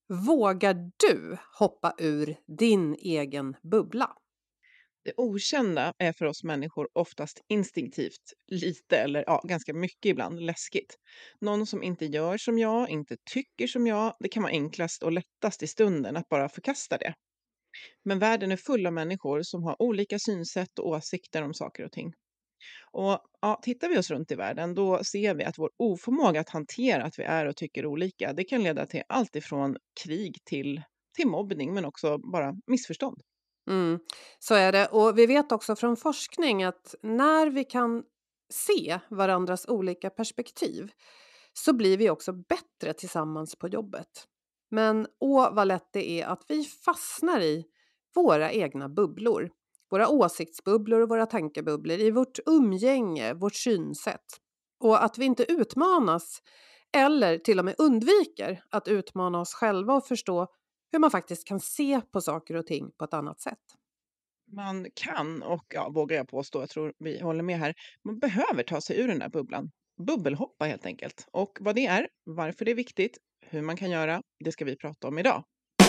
Vågar du hoppa ur din egen bubbla? Det okända är för oss människor oftast instinktivt lite eller ganska mycket ibland läskigt. Någon som inte gör som jag, inte tycker som jag, det kan vara enklast och lättast i stunden att bara förkasta det. Men världen är full av människor som har olika synsätt och åsikter om saker och ting. Och tittar vi oss runt i världen då ser vi att vår oförmåga att hantera att vi är och tycker olika, det kan leda till allt ifrån krig till mobbning men också bara missförstånd. Mm, så är det. Och vi vet också från forskning att när vi kan se varandras olika perspektiv så blir vi också bättre tillsammans på jobbet. Men vad lätt det är att vi fastnar i våra egna bubblor. Våra åsiktsbubblor och våra tankebubblor i vårt umgänge, vårt synsätt. Och att vi inte utmanas eller till och med undviker att utmana oss själva och förstå hur man faktiskt kan se på saker och ting på ett annat sätt. Man kan och vågar jag påstå, jag tror vi håller med här, man behöver ta sig ur den där bubblan. Bubbelhoppa helt enkelt. Och vad det är, varför det är viktigt, hur man kan göra, det ska vi prata om idag.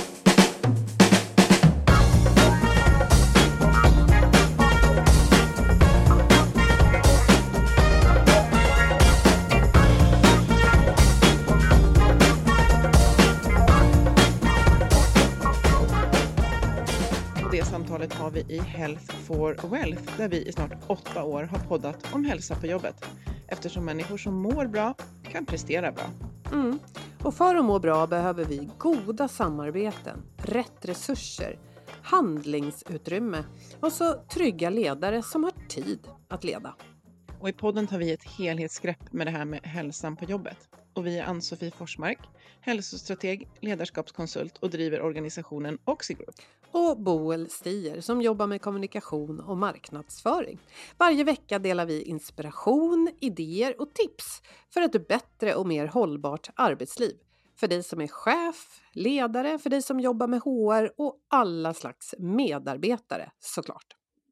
Och det samtalet har vi i Health for Wealth där vi i snart 8 år har poddat om hälsa på jobbet. Eftersom människor som mår bra kan prestera bra. Mm. Och för att må bra behöver vi goda samarbeten, rätt resurser, handlingsutrymme och så trygga ledare som har tid att leda. Och i podden tar vi ett helhetsgrepp med det här med hälsan på jobbet. Och vi är Ann-Sofie Forsmark, hälsostrateg, ledarskapskonsult och driver organisationen Oxigroup. Och Boel Stier som jobbar med kommunikation och marknadsföring. Varje vecka delar vi inspiration, idéer och tips för ett bättre och mer hållbart arbetsliv. För dig som är chef, ledare, för dig som jobbar med HR och alla slags medarbetare såklart.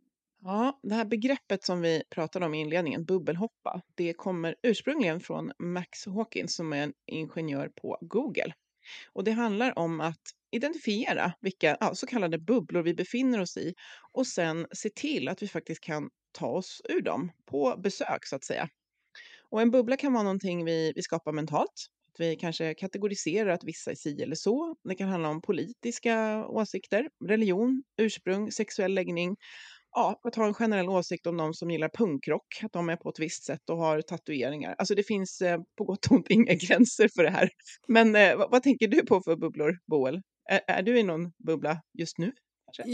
Ja, det här begreppet som vi pratade om i inledningen, bubbelhoppa, det kommer ursprungligen från Max Hawkins som är en ingenjör på Google. Och det handlar om att identifiera vilka så kallade bubblor vi befinner oss i och sen se till att vi faktiskt kan ta oss ur dem på besök så att säga. Och en bubbla kan vara någonting vi skapar mentalt. Att vi kanske kategoriserar att vissa är si eller så. Det kan handla om politiska åsikter, religion, ursprung, sexuell läggning. Ja, att ha en generell åsikt om de som gillar punkrock, att de är på ett visst sätt och har tatueringar. Alltså det finns på gott och ont inga gränser för det här. Men vad tänker du på för bubblor, Boel? Är du i någon bubbla just nu? Kanske?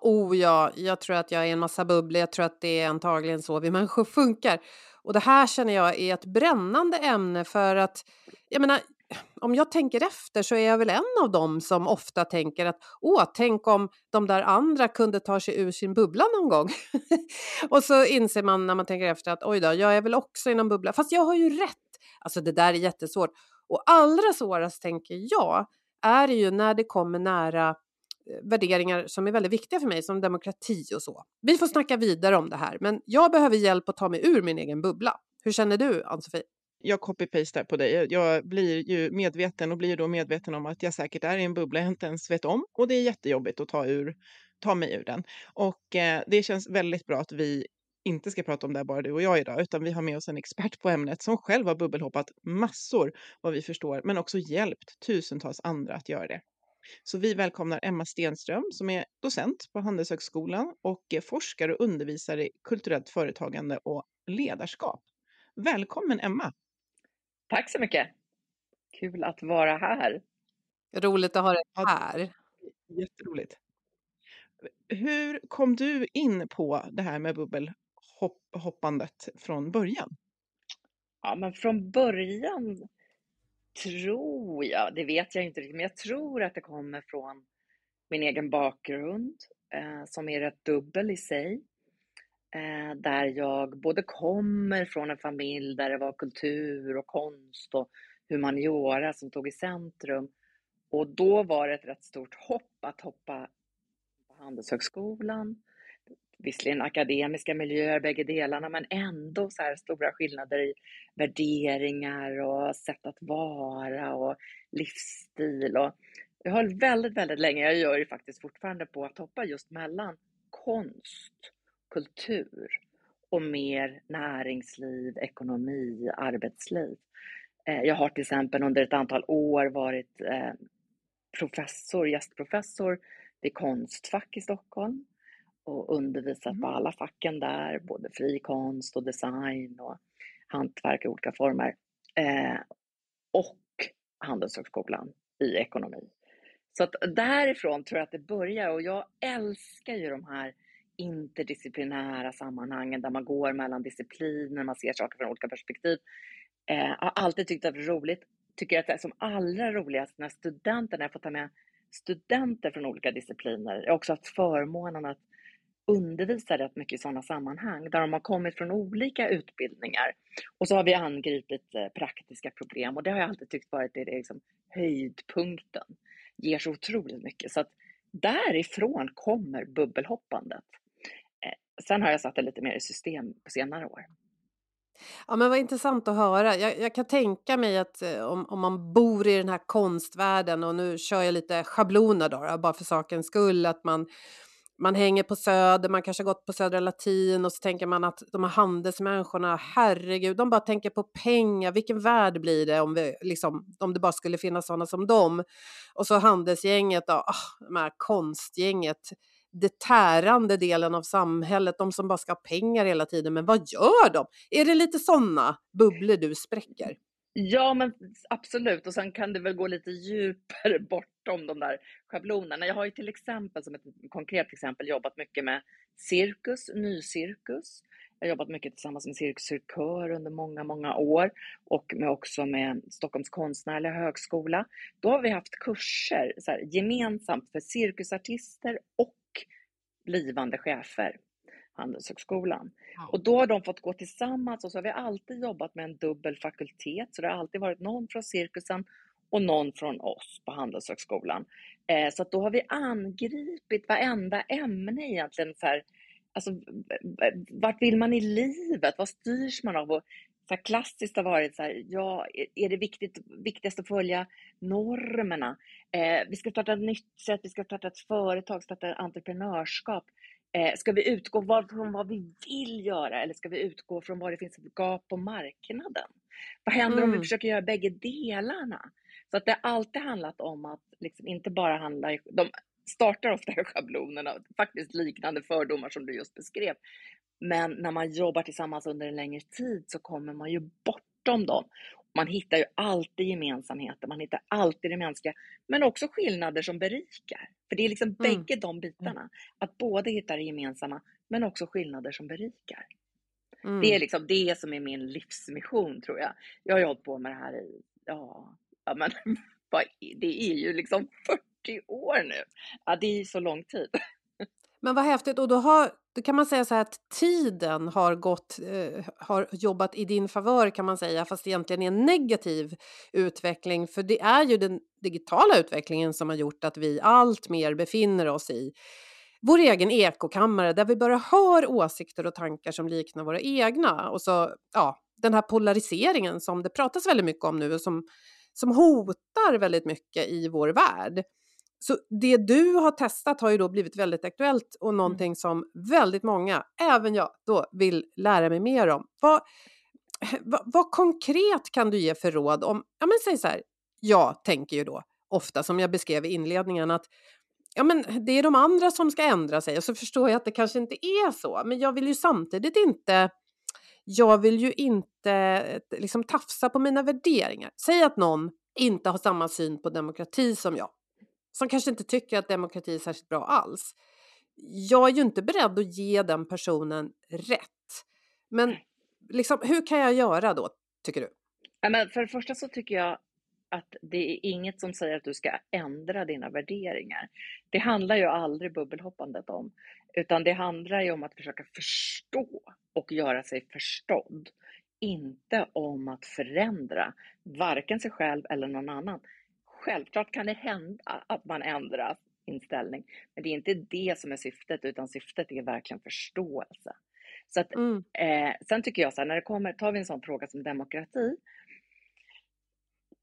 Ja, jag tror att jag är en massa bubblor. Jag tror att det är antagligen så vi människor funkar. Och det här känner jag är ett brännande ämne för att, jag menar, om jag tänker efter så är jag väl en av dem som ofta tänker att tänk om de där andra kunde ta sig ur sin bubbla någon gång. Och så inser man när man tänker efter att oj då, jag är väl också i någon bubbla. Fast jag har ju rätt. Alltså det där är jättesvårt. Och allra svårast tänker jag är ju när det kommer nära värderingar som är väldigt viktiga för mig som demokrati och så. Vi får snacka vidare om det här, men jag behöver hjälp att ta mig ur min egen bubbla. Hur känner du, Ann-Sofie? Jag copy-pastar på dig. Jag blir ju medveten och blir då medveten om att jag säkert är i en bubbla jag inte ens vet om. Och det är jättejobbigt att ta mig ur den. Och det känns väldigt bra att vi inte ska prata om det här bara du och jag idag, utan vi har med oss en expert på ämnet som själv har bubbelhoppat massor vad vi förstår, men också hjälpt tusentals andra att göra det. Så vi välkomnar Emma Stenström som är docent på Handelshögskolan och forskar och undervisar i kulturellt företagande och ledarskap. Välkommen Emma! Tack så mycket. Kul att vara här. Roligt att ha dig Ja, här. jätteroligt. Hur kom du in på det här med bubbelhoppandet från början? Ja, men från början tror jag, det vet jag inte riktigt, men jag tror att det kommer från min egen bakgrund som är rätt dubbel i sig. Där jag både kommer från en familj där det var kultur och konst och humaniora som tog i centrum. Och då var det ett rätt stort hopp att hoppa på Handelshögskolan. Visserligen akademiska miljöer, bägge delarna, men ändå så här stora skillnader i värderingar och sätt att vara och livsstil. Jag höll väldigt, väldigt länge, jag gör det faktiskt fortfarande, på att hoppa just mellan konst, kultur och mer näringsliv, ekonomi, arbetsliv. Jag har till exempel under ett antal år varit gästprofessor vid Konstfack i Stockholm och undervisat på alla facken där, både fri konst och design och hantverk i olika former. Och Handelshögskolan i ekonomi. Så att därifrån tror jag att det börjar, och jag älskar ju de här interdisciplinära sammanhangen där man går mellan discipliner, man ser saker från olika perspektiv. Jag har alltid tyckt att det är roligt. Tycker att det är som allra roligast när jag får ta med studenter från olika discipliner. Jag har också haft förmånen att undervisa rätt mycket i sådana sammanhang där de har kommit från olika utbildningar. Och så har vi angripit praktiska problem, och det har jag alltid tyckt varit det liksom höjdpunkten. Ger så otroligt mycket. Så att därifrån kommer bubbelhoppandet. Sen har jag satt det lite mer i system på senare år. Ja, men vad intressant att höra. Jag kan tänka mig att om man bor i den här konstvärlden, och nu kör jag lite schabloner då, bara för sakens skull, att man hänger på Söder, man kanske har gått på Södra Latin, och så tänker man att de här handelsmänniskorna, herregud, de bara tänker på pengar. Vilken värld blir det om det bara skulle finnas sådana som dem? Och så handelsgänget då, de här konstgänget, det tärande delen av samhället, de som bara ska ha pengar hela tiden. Men vad gör de? Är det lite sådana bubblor du spräcker? Ja, men absolut. Och sen kan det väl gå lite djupare bortom de där schablonerna. Jag har ju till exempel, som ett konkret exempel, jobbat mycket med cirkus, nycirkus. Jag har jobbat mycket tillsammans med Cirkus Cirkör under många, många år. Och också med Stockholms konstnärliga högskola. Då har vi haft kurser så här, gemensamt för cirkusartister och blivande chefer. Handelshögskolan. Och då har de fått gå tillsammans, och så har vi alltid jobbat med en dubbel fakultet. Så det har alltid varit någon från cirkusen och någon från oss på Handelshögskolan. Så att då har vi angripit varenda ämne egentligen. Så här, alltså, vart vill man i livet? Vad styrs man av? Och så här, klassiskt har varit så här, ja, är det viktigast att följa normerna? Vi ska starta ett nytt sätt, vi ska starta ett företag, starta entreprenörskap. Ska vi utgå från vad vi vill göra, eller ska vi utgå från vad det finns ett gap på marknaden? Vad händer om vi försöker göra bägge delarna? Så att det har alltid handlat om att liksom inte bara de startar ofta i schablonerna, faktiskt liknande fördomar som du just beskrev. Men när man jobbar tillsammans under en längre tid så kommer man ju bortom dem. Man hittar ju alltid gemensamheter, man hittar alltid det mänskliga, men också skillnader som berikar. För det är liksom bägge de bitarna. Att både hitta det gemensamma, men också skillnader som berikar. Det är liksom det som är min livsmission, tror jag. Jag har hållit på med det här i, men det är ju liksom 40 år nu. Ja, det är så lång tid. Men vad häftigt, och då kan man säga så här att tiden har jobbat i din favör, kan man säga, fast det egentligen är en negativ utveckling, för det är ju den digitala utvecklingen som har gjort att vi allt mer befinner oss i vår egen ekokammare, där vi bara hör åsikter och tankar som liknar våra egna, och så den här polariseringen som det pratas väldigt mycket om nu, och som hotar väldigt mycket i vår värld. Så det du har testat har ju då blivit väldigt aktuellt, och någonting som väldigt många, även jag, då vill lära mig mer om. Vad konkret kan du ge för råd om, säg så här, jag tänker ju då ofta, som jag beskrev i inledningen, att det är de andra som ska ändra sig, och så förstår jag att det kanske inte är så, men jag vill ju samtidigt inte liksom tafsa på mina värderingar. Säg att någon inte har samma syn på demokrati som jag, som kanske inte tycker att demokrati är särskilt bra alls. Jag är ju inte beredd att ge den personen rätt. Men liksom, hur kan jag göra då, tycker du? Ja, men för det första så tycker jag att det är inget som säger att du ska ändra dina värderingar. Det handlar ju aldrig bubbelhoppandet om. Utan det handlar ju om att försöka förstå och göra sig förstådd. Inte om att förändra varken sig själv eller någon annan. Självklart kan det hända att man ändrar inställning. Men det är inte det som är syftet, utan syftet är verkligen förståelse. Så att, sen tycker jag så här, tar vi en sån fråga som demokrati.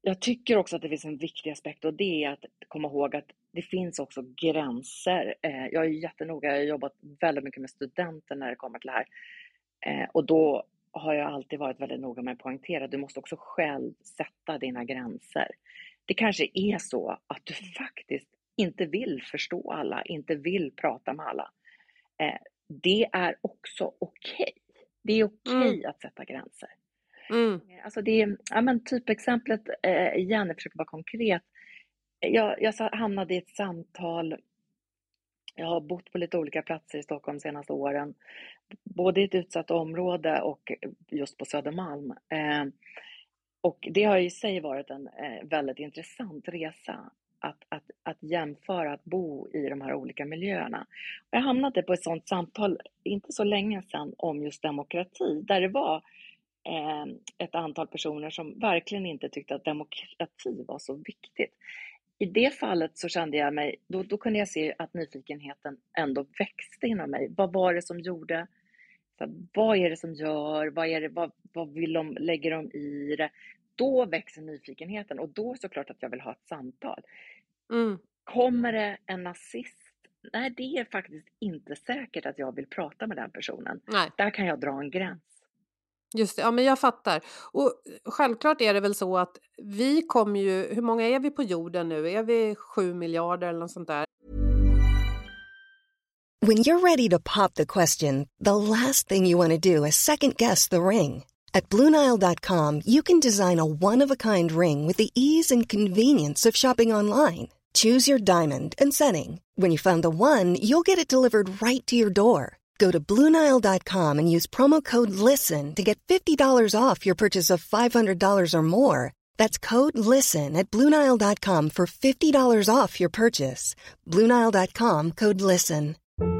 Jag tycker också att det finns en viktig aspekt, och det är att komma ihåg att det finns också gränser. Jag är jättenoga, jag har jobbat väldigt mycket med studenter när det kommer till det här. Och då har jag alltid varit väldigt noga med att poängtera. Du måste också själv sätta dina gränser. Det kanske är så att du faktiskt inte vill förstå alla, inte vill prata med alla. Det är också okej. Det är okej att sätta gränser. Alltså det är, ja men typexemplet igen, jag försöker vara konkret. Jag hamnade i ett samtal. Jag har bott på lite olika platser i Stockholm de senaste åren. Både i ett utsatt område och just på Södermalm. Och det har i sig varit en väldigt intressant resa. Att jämföra att bo i de här olika miljöerna. Och jag hamnade på ett sådant samtal inte så länge sedan om just demokrati. Där det var ett antal personer som verkligen inte tyckte att demokrati var så viktigt. I det fallet så kände jag mig, då kunde jag se att nyfikenheten ändå växte inom mig. Vad var det som gjorde? Vad är det som gör? Vad vill de, lägger de i det? Då växer nyfikenheten, och då är det klart att jag vill ha ett samtal. Kommer det en nazist? Nej, det är faktiskt inte säkert att jag vill prata med den personen. Nej. Där kan jag dra en gräns. Just det, ja men jag fattar. Och självklart är det väl så att vi kommer ju, hur många är vi på jorden nu? Är vi 7 miljarder eller något sånt där? When you're ready to pop the question, the last thing you want to do is second guess the ring. At BlueNile.com you can design a one-of-a-kind ring with the ease and convenience of shopping online. Choose your diamond and setting. When you find the one, you'll get it delivered right to your door. Go to BlueNile.com and use promo code LISTEN to get $50 off your purchase of $500 or more. That's code LISTEN at BlueNile.com for $50 off your purchase. BlueNile.com, code LISTEN.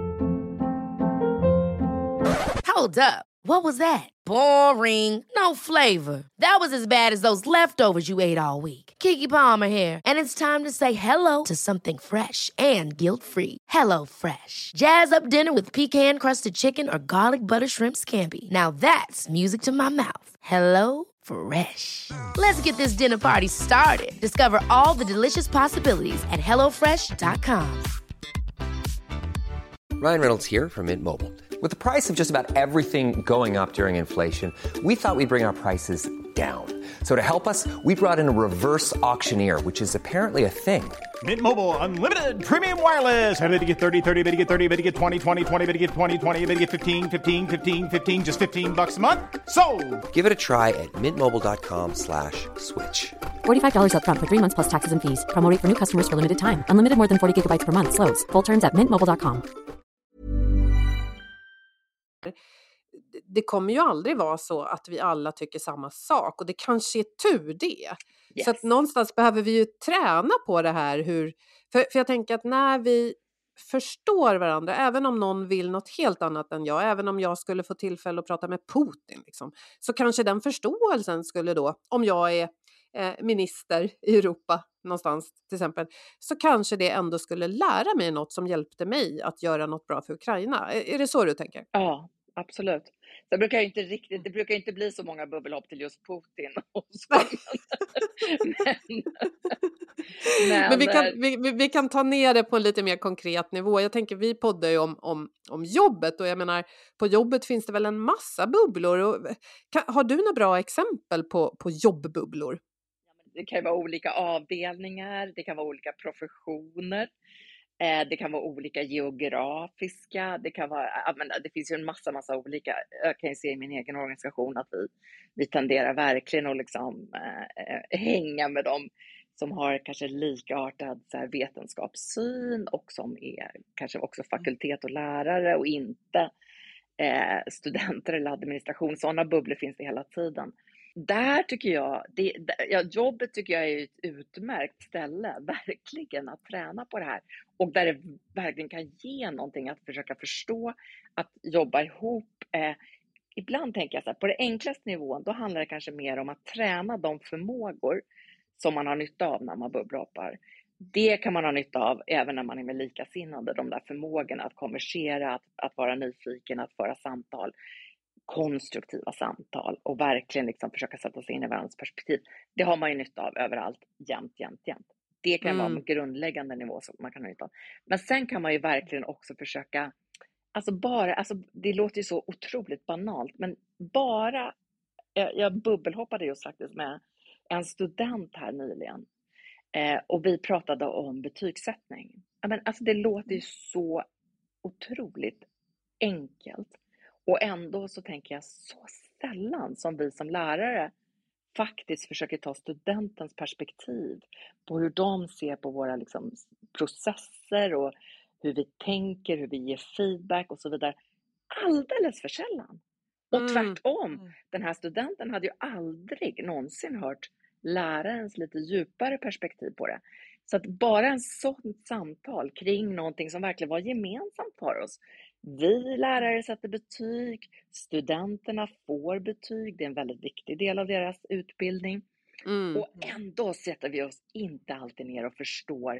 Hold up. What was that? Boring. No flavor. That was as bad as those leftovers you ate all week. Keke Palmer here, and it's time to say hello to something fresh and guilt-free. Hello Fresh. Jazz up dinner with pecan-crusted chicken or garlic butter shrimp scampi. Now that's music to my mouth. Hello Fresh. Let's get this dinner party started. Discover all the delicious possibilities at hellofresh.com. Ryan Reynolds here from Mint Mobile. With the price of just about everything going up during inflation, we thought we'd bring our prices down. So to help us, we brought in a reverse auctioneer, which is apparently a thing. Mint Mobile Unlimited Premium Wireless. How to get 30, 30, bit to get 30, bit to get 20, 20, 20, bit to get 20, 20, bit to get 15, 15, 15, 15, just $15 a month? Sold! Give it a try at mintmobile.com/switch. $45 up front for 3 months plus taxes and fees. Promo rate for new customers for limited time. Unlimited more than 40 gigabytes per month. Slows full terms at mintmobile.com. Det kommer ju aldrig vara så att vi alla tycker samma sak, och det kanske är tur det. Yes. Så att någonstans behöver vi ju träna på det här. För jag tänker att när vi förstår varandra, även om någon vill något helt annat än jag, även om jag skulle få tillfälle att prata med Putin liksom, så kanske den förståelsen skulle då, om jag är minister i Europa någonstans till exempel, så kanske det ändå skulle lära mig något som hjälpte mig att göra något bra för Ukraina. Är det så du tänker? Ja, absolut. Det brukar inte bli så många bubbelhopp till just Putin. Men vi kan ta ner det på en lite mer konkret nivå. Jag tänker, vi poddar ju om jobbet, och jag menar, på jobbet finns det väl en massa bubblor. Har du några bra exempel på jobbbubblor? Det kan vara olika avdelningar, det kan vara olika professioner. Det kan vara olika geografiska, det finns ju en massa olika. Jag kan ju se i min egen organisation att vi tenderar verkligen att liksom, hänga med dem som har kanske likartad så här, vetenskapssyn, och som är kanske också fakultet och lärare och inte studenter eller administration. Sådana bubblor finns det hela tiden. Där tycker jag, jobbet tycker jag är ett utmärkt ställe, verkligen, att träna på det här. Och där det verkligen kan ge någonting, att försöka förstå, att jobba ihop. Ibland tänker jag så här, på det enklaste nivån, då handlar det kanske mer om att träna de förmågor som man har nytta av när man bubbelhoppar. Det kan man ha nytta av även när man är med likasinnade, de där förmågorna att konversera, att vara nyfiken, att föra samtal. konstruktiva samtal och verkligen liksom försöka sätta sig in i varandras perspektiv. Det har man ju nytta av överallt, jämt. Det kan vara en grundläggande nivå som man kan ha nytta av. Men sen kan man ju verkligen också försöka, det låter ju så otroligt banalt, men jag bubbelhoppade just faktiskt med en student här nyligen. Och vi pratade om betygssättning. Men alltså det låter ju så otroligt enkelt. Och ändå så tänker jag så sällan som vi som lärare faktiskt försöker ta studentens perspektiv på hur de ser på våra liksom processer och hur vi tänker, hur vi ger feedback och så vidare. Alldeles för sällan. Och tvärtom, den här studenten hade ju aldrig någonsin hört lärarens lite djupare perspektiv på det. Så att bara en sån samtal kring någonting som verkligen var gemensamt för oss. Vi lärare sätter betyg, studenterna får betyg, det är en väldigt viktig del av deras utbildning. Och ändå sätter vi oss inte alltid ner och förstår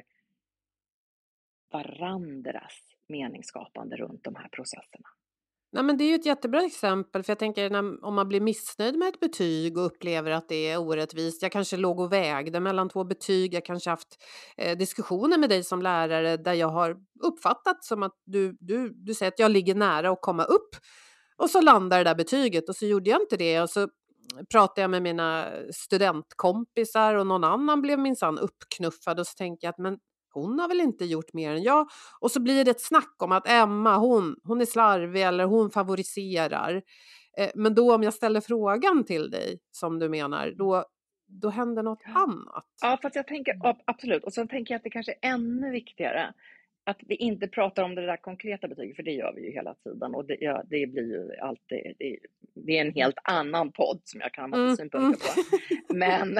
varandras meningsskapande runt de här processerna. Nej, men det är ju ett jättebra exempel, för jag tänker om man blir missnöjd med ett betyg och upplever att det är orättvist. Jag kanske låg och vägde mellan 2 betyg. Jag kanske haft diskussioner med dig som lärare där jag har uppfattat som att du säger att jag ligger nära att komma upp. Och så landar det där betyget och så gjorde jag inte det. Och så pratade jag med mina studentkompisar och någon annan blev minsann uppknuffad. Och så tänker jag att men hon har väl inte gjort mer än jag. Och så blir det ett snack om att Emma, hon är slarvig eller hon favoriserar. Men då om jag ställer frågan till dig, som du menar, då händer något annat. Ja, fast jag tänker, absolut. Och så tänker jag att det kanske är ännu viktigare att vi inte pratar om det där konkreta betyget, för det gör vi ju hela tiden. Och det blir ju alltid, det är en helt annan podd som jag kan ha massa synpunkter på. Men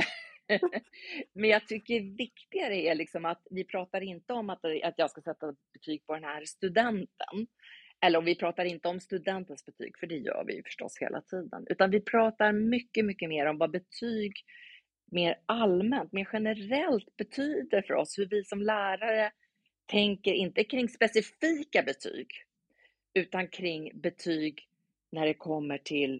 jag tycker viktigare är liksom att vi pratar inte om att jag ska sätta betyg på den här studenten. Eller om vi pratar inte om studentens betyg, för det gör vi ju förstås hela tiden. Utan vi pratar mycket, mycket mer om vad betyg mer allmänt, mer generellt betyder för oss. Hur vi som lärare tänker inte kring specifika betyg, utan kring betyg när det kommer till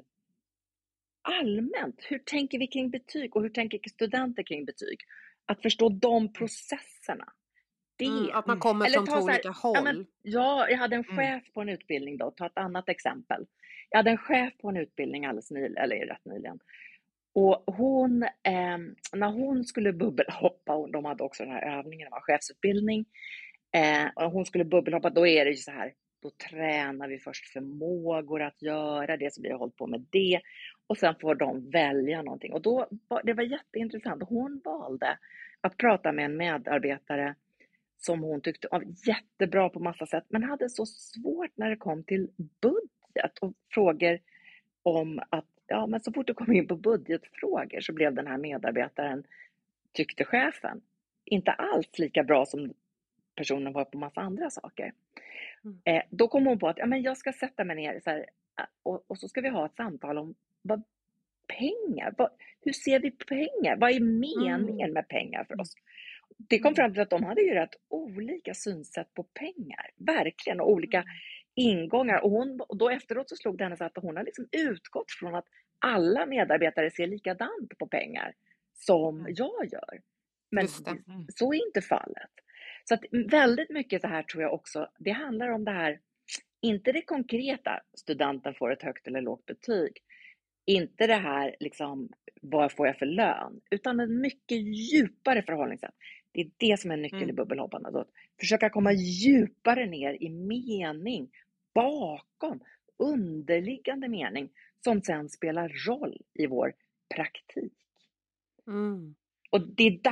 allmänt. Hur tänker vi kring betyg och hur tänker studenter kring betyg? Att förstå de processerna. Att man kommer från två olika håll. Jag hade en chef på en utbildning då, ta ett annat exempel. Jag hade en chef på en utbildning rätt nyligen. Och hon, när hon skulle bubbelhoppa, och de hade också den här övningen, det var chefsutbildning. Och hon skulle bubbelhoppa, då är det ju så här, då tränar vi först förmågor att göra det, så vi har hållit på med det. Och sen får de välja någonting. Och det var jätteintressant. Hon valde att prata med en medarbetare som hon tyckte var jättebra på massa sätt, men hade så svårt när det kom till budget och frågor om att, men så fort det kom in på budgetfrågor så blev den här medarbetaren, tyckte chefen, inte alls lika bra som personen var på massa andra saker. Då kom hon på att jag ska sätta mig ner så här, och så ska vi ha ett samtal om pengar. Hur ser vi på pengar? Vad är meningen med pengar för oss? Det kom fram till att de hade ju rätt olika synsätt på pengar. Verkligen, och olika ingångar. Och då efteråt så slog det henne så att hon har liksom utgått från att alla medarbetare ser likadant på pengar som jag gör. Men så är inte fallet. Så att väldigt mycket så här tror jag också, det handlar om det här, inte det konkreta, studenten får ett högt eller lågt betyg. Inte det här, liksom, vad får jag för lön? Utan en mycket djupare förhållningssätt. Det är det som är nyckeln i bubbelhopparna. Att försöka komma djupare ner i mening, bakom, underliggande mening, som sen spelar roll i vår praktik. Och det är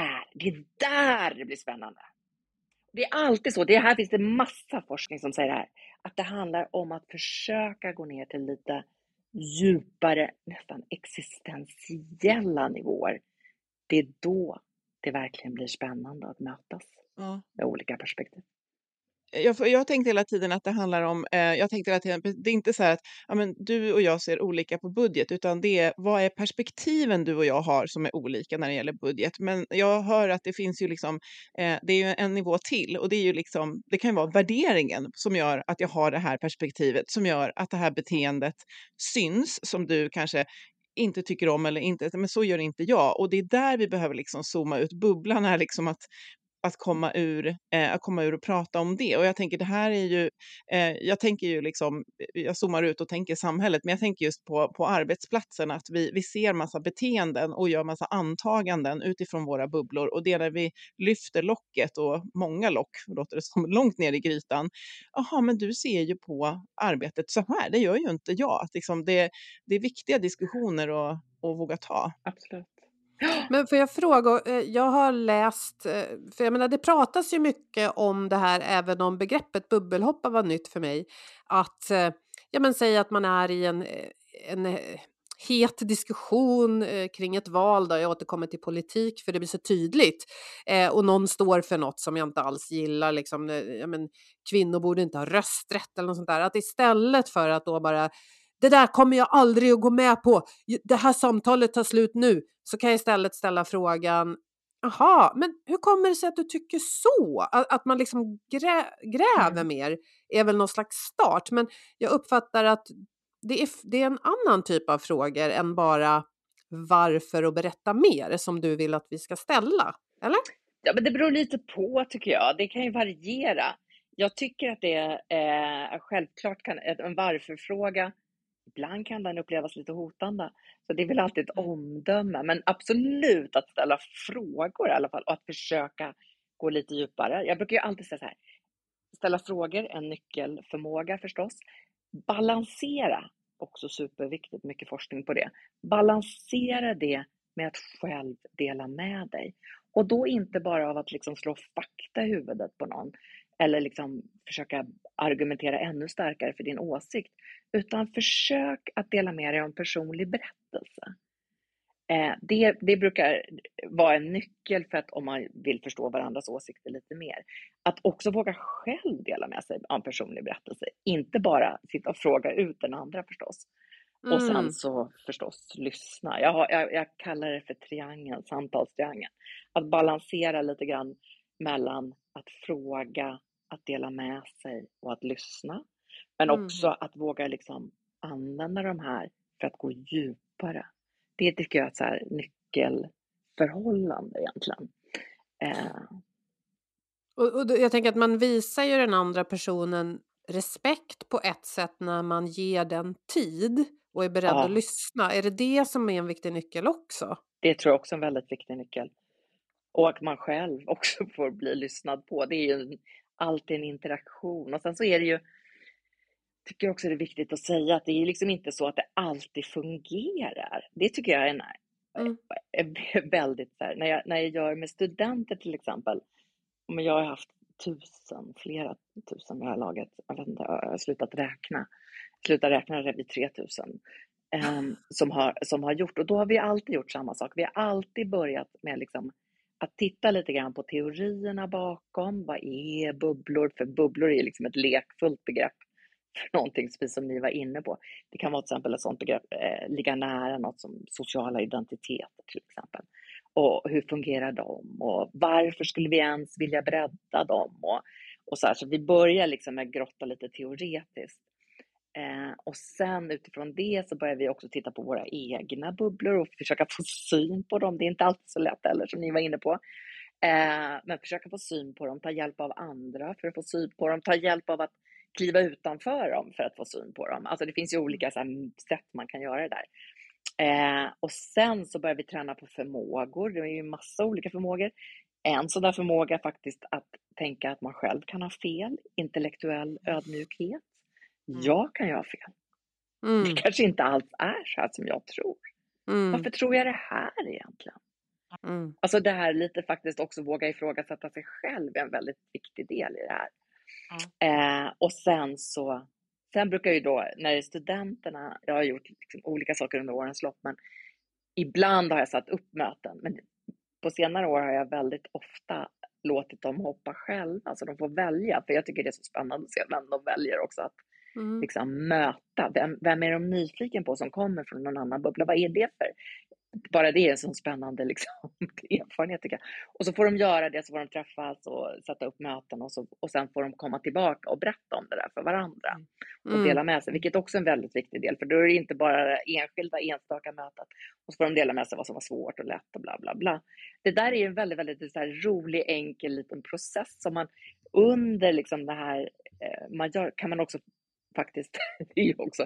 där det blir spännande. Det är alltid så. Här finns det massa forskning som säger det här. Att det handlar om att försöka gå ner till lite djupare, nästan existentiella nivåer. Det är då det verkligen blir spännande att mötas med olika perspektiv. Jag tänkte hela tiden att det handlar om, jag tänkte hela tiden, det är inte så här att ja, men du och jag ser olika på budget, utan det är vad är perspektiven du och jag har som är olika när det gäller budget. Men jag hör att det finns ju liksom, det är ju en nivå till, och det är ju liksom, det kan ju vara värderingen som gör att jag har det här perspektivet, som gör att det här beteendet syns, som du kanske inte tycker om eller inte, men så gör inte jag. Och det är där vi behöver liksom zooma ut. Bubblan är liksom att komma ur och prata om det. Och jag tänker det här är ju, jag tänker ju liksom, jag zoomar ut och tänker samhället, men jag tänker just på arbetsplatsen, att vi ser massa beteenden och gör massa antaganden utifrån våra bubblor, och det är när vi lyfter locket, och många lock låter det som, långt ner i grytan. Jaha, men du ser ju på arbetet så här, det gör ju inte jag. Att liksom det är viktiga diskussioner att våga ta. Absolut. Men får jag fråga, jag har läst, för jag menar det pratas ju mycket om det här, även om begreppet bubbelhoppa var nytt för mig, att ja men säg att man är i en het diskussion kring ett val, då jag återkommer till politik för det blir så tydligt, och någon står för något som jag inte alls gillar, liksom, ja men kvinnor borde inte ha rösträtt eller något sånt där, att istället för att då bara det där kommer jag aldrig att gå med på, det här samtalet tar slut nu, så kan jag istället ställa frågan, jaha, men hur kommer det sig att du tycker så? Att man liksom gräver mer är väl någon slags start, men jag uppfattar att det är en annan typ av frågor än bara varför och berätta mer som du vill att vi ska ställa, eller? Ja, men det beror lite på tycker jag. Det kan ju variera. Jag tycker att det är självklart en varför-fråga. Ibland kan den upplevas lite hotande. Så det är väl alltid ett omdöme. Men absolut att ställa frågor i alla fall. Och att försöka gå lite djupare. Jag brukar ju alltid säga så här. Ställa frågor, en nyckelförmåga förstås. Balansera, också superviktigt, mycket forskning på det. Balansera det med att själv dela med dig. Och då inte bara av att liksom slå fakta i huvudet på någon. Eller liksom försöka argumentera ännu starkare för din åsikt. Utan försök att dela med dig om personlig berättelse. Det brukar vara en nyckel för att om man vill förstå varandras åsikter lite mer. Att också våga själv dela med sig av personlig berättelse. Inte bara sitta och fråga ut den andra förstås. Och sen så förstås lyssna. Jag kallar det för triangeln, samtalstriangeln. Att balansera lite grann mellan att fråga, att dela med sig och att lyssna. Men också att våga liksom använda de här för att gå djupare. Det tycker jag är ett så här nyckelförhållande egentligen. Och jag tänker att man visar ju den andra personen respekt på ett sätt när man ger den tid och är beredd att lyssna. Är det som är en viktig nyckel också? Det tror jag också är en väldigt viktig nyckel. Och att man själv också får bli lyssnad på. Det är ju alltid en interaktion. Och sen så är det ju, tycker jag också det är viktigt att säga att det är liksom inte så att det alltid fungerar. Det tycker jag är väldigt så här, när jag gör med studenter till exempel. Men jag har haft flera tusen vid det här laget. Jag vet inte, jag har slutat räkna. Slutat räkna det vid 3000 som har gjort. Och då har vi alltid gjort samma sak. Vi har alltid börjat med liksom att titta lite grann på teorierna bakom. Vad är bubblor? För bubblor är liksom ett lekfullt begrepp för någonting som ni var inne på. Det kan vara till exempel ett sånt begrepp, ligga nära något som sociala identiteter till exempel. Och hur fungerar de? Och varför skulle vi ens vilja bredda dem? Och så här, så vi börjar liksom med att grotta lite teoretiskt. Och sen utifrån det så börjar vi också titta på våra egna bubblor och försöka få syn på dem. Det är inte alltid så lätt heller som ni var inne på. Men försöka få syn på dem, ta hjälp av andra för att få syn på dem, ta hjälp av att kliva utanför dem för att få syn på dem. Alltså det finns ju olika så här sätt man kan göra det där. Och sen så börjar vi träna på förmågor. Det är ju massa olika förmågor. En sån där förmåga faktiskt att tänka att man själv kan ha fel. Intellektuell ödmjukhet. Jag kan ju ha fel. Det kanske inte alls är så här som jag tror. Varför tror jag det här egentligen? Alltså det här lite faktiskt också våga ifrågasätta sig själv är en väldigt viktig del i det här. Och sen brukar ju då, när det är studenterna, jag har gjort liksom olika saker under årens lopp, men ibland har jag satt upp möten. Men på senare år har jag väldigt ofta låtit dem hoppa själva, så de får välja. För jag tycker det är så spännande att se vem de väljer också att liksom möta. Vem är de nyfiken på som kommer från någon annan bubbla? Vad är det för? Bara det är en sån spännande liksom, erfarenhet tycker jag. Och så får de göra det, så får de träffas och sätta upp möten och sen får de komma tillbaka och berätta om det där för varandra och dela med sig, vilket också är en väldigt viktig del, för då är det inte bara enskilda enstaka möten, och så får de dela med sig vad som var svårt och lätt och bla bla bla. Det där är ju en väldigt, väldigt så här rolig, enkel liten process som man under liksom det här man gör, kan man också faktiskt det är ju också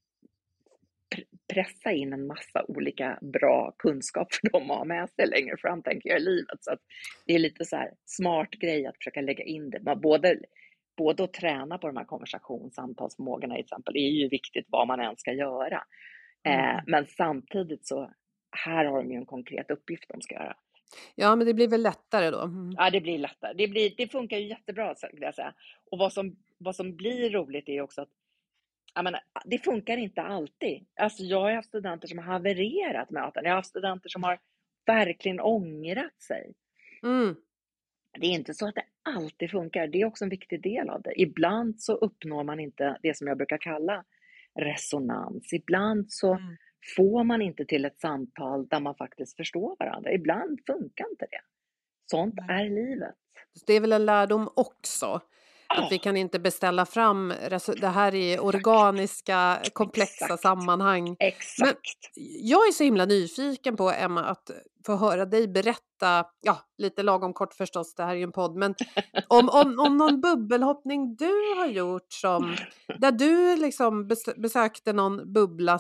pressa in en massa olika bra kunskap för dem att ha med sig längre fram, tänker jag, i livet. Så att det är lite så här smart grej att försöka lägga in det. Man både att träna på de här konversationssamtalsförmågorna, exempel, är ju viktigt vad man än ska göra. Men samtidigt så här har de ju en konkret uppgift de ska göra. Ja, men det blir väl lättare då? Ja, det blir lättare. Det funkar ju jättebra, skulle jag säga. Och vad som blir roligt är också att det funkar inte alltid. Alltså jag har haft studenter som har havererat möten. Jag har haft studenter som har verkligen ångrat sig. Det är inte så att det alltid funkar. Det är också en viktig del av det. Ibland så uppnår man inte det som jag brukar kalla resonans. Ibland så får man inte till ett samtal där man faktiskt förstår varandra. Ibland funkar inte det. Sånt är livet. Det är väl en lärdom också. Att vi kan inte beställa fram, det här är organiska, komplexa sammanhang. Exakt. Men jag är så himla nyfiken på, Emma, att få höra dig berätta, lite lagom kort förstås, det här är ju en podd, men om någon bubbelhoppning du har gjort där du liksom besökte någon bubbla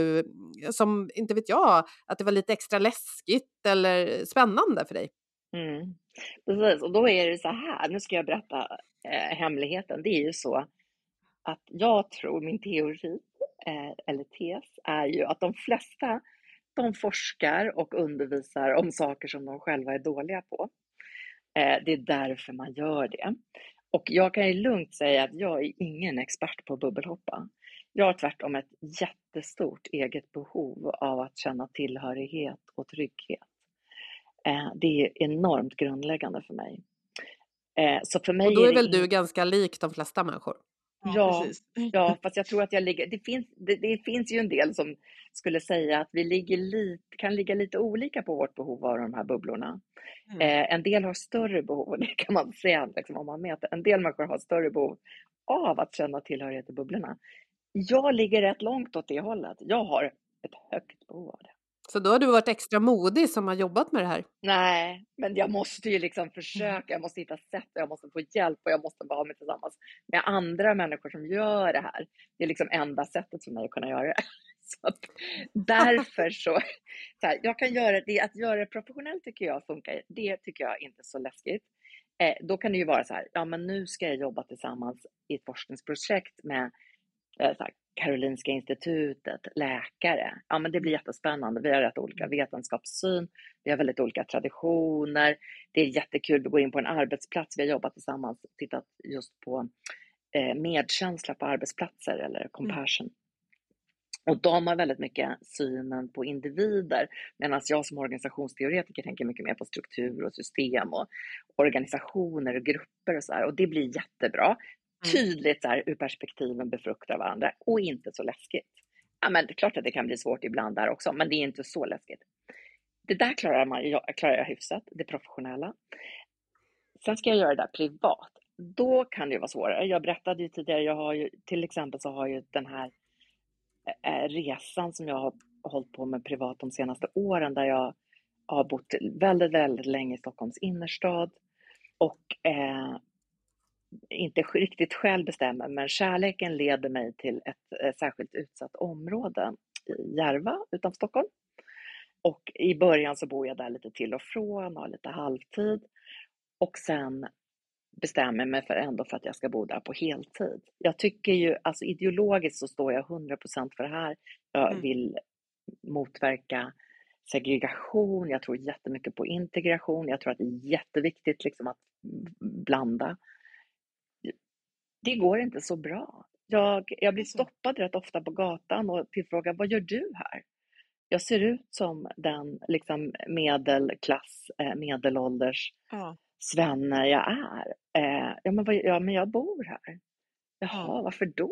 som inte vet jag, att det var lite extra läskigt eller spännande för dig. Precis, och då är det så här, nu ska jag berätta hemligheten. Det är ju så att jag tror, min teori eller tes är ju att de flesta, de forskar och undervisar om saker som de själva är dåliga på. Det är därför man gör det. Och jag kan ju lugnt säga att jag är ingen expert på bubbelhoppa. Jag har tvärtom ett jättestort eget behov av att känna tillhörighet och trygghet. Det är enormt grundläggande för mig. Så för mig och då är väl du ganska lik de flesta människor? Ja, fast jag tror att jag ligger... Det finns ju en del som skulle säga att vi kan ligga lite olika på vårt behov av de här bubblorna. En del har större behov, och det kan man säga liksom, om man mäter. En del människor har större behov av att känna tillhörighet i bubblorna. Jag ligger rätt långt åt det hållet. Jag har ett högt behov av det. Så då har du varit extra modig som har jobbat med det här? Nej, men jag måste ju liksom försöka. Jag måste hitta sätt och jag måste få hjälp och jag måste vara med tillsammans med andra människor som gör det här. Det är liksom enda sättet för mig att kunna göra det. Så att därför så här, jag kan göra det. Att göra det professionellt tycker jag funkar. Det tycker jag inte är så läskigt. Då kan det ju vara så här, men nu ska jag jobba tillsammans i ett forskningsprojekt med så här, Karolinska institutet, läkare. Ja, men det blir jättespännande. Vi har rätt olika vetenskapssyn. Vi har väldigt olika traditioner. Det är jättekul. Vi går in på en arbetsplats. Vi har jobbat tillsammans och tittat just på medkänsla på arbetsplatser eller compassion. Och de har väldigt mycket synen på individer. Medan jag som organisationsteoretiker tänker mycket mer på struktur och system och organisationer och grupper och så här. Och det blir jättebra. Tydligt där ur perspektiven befruktar varandra och inte så läskigt. Ja, men det är klart att det kan bli svårt ibland där också, men det är inte så läskigt. Det där klarar jag hyfsat, det professionella. Sen ska jag göra det där privat. Då kan det vara svårare. Jag berättade ju tidigare, till exempel så har ju den här resan som jag har hållit på med privat de senaste åren, där jag har bott väldigt, väldigt länge i Stockholms innerstad och inte riktigt själv bestämmer, men kärleken leder mig till ett särskilt utsatt område i Järva utanför Stockholm. Och i början så bor jag där lite till och från och har lite halvtid. Och sen bestämmer mig för att jag ska bo där på heltid. Jag tycker ju, alltså ideologiskt så står jag 100% för det här. Jag vill motverka segregation. Jag tror jättemycket på integration. Jag tror att det är jätteviktigt liksom att blanda. Det går inte så bra. Jag blir stoppad rätt ofta på gatan och tillfrågad, vad gör du här? Jag ser ut som den liksom medelklass, medelålders svenne jag är. Men jag bor här. Jaha, varför då?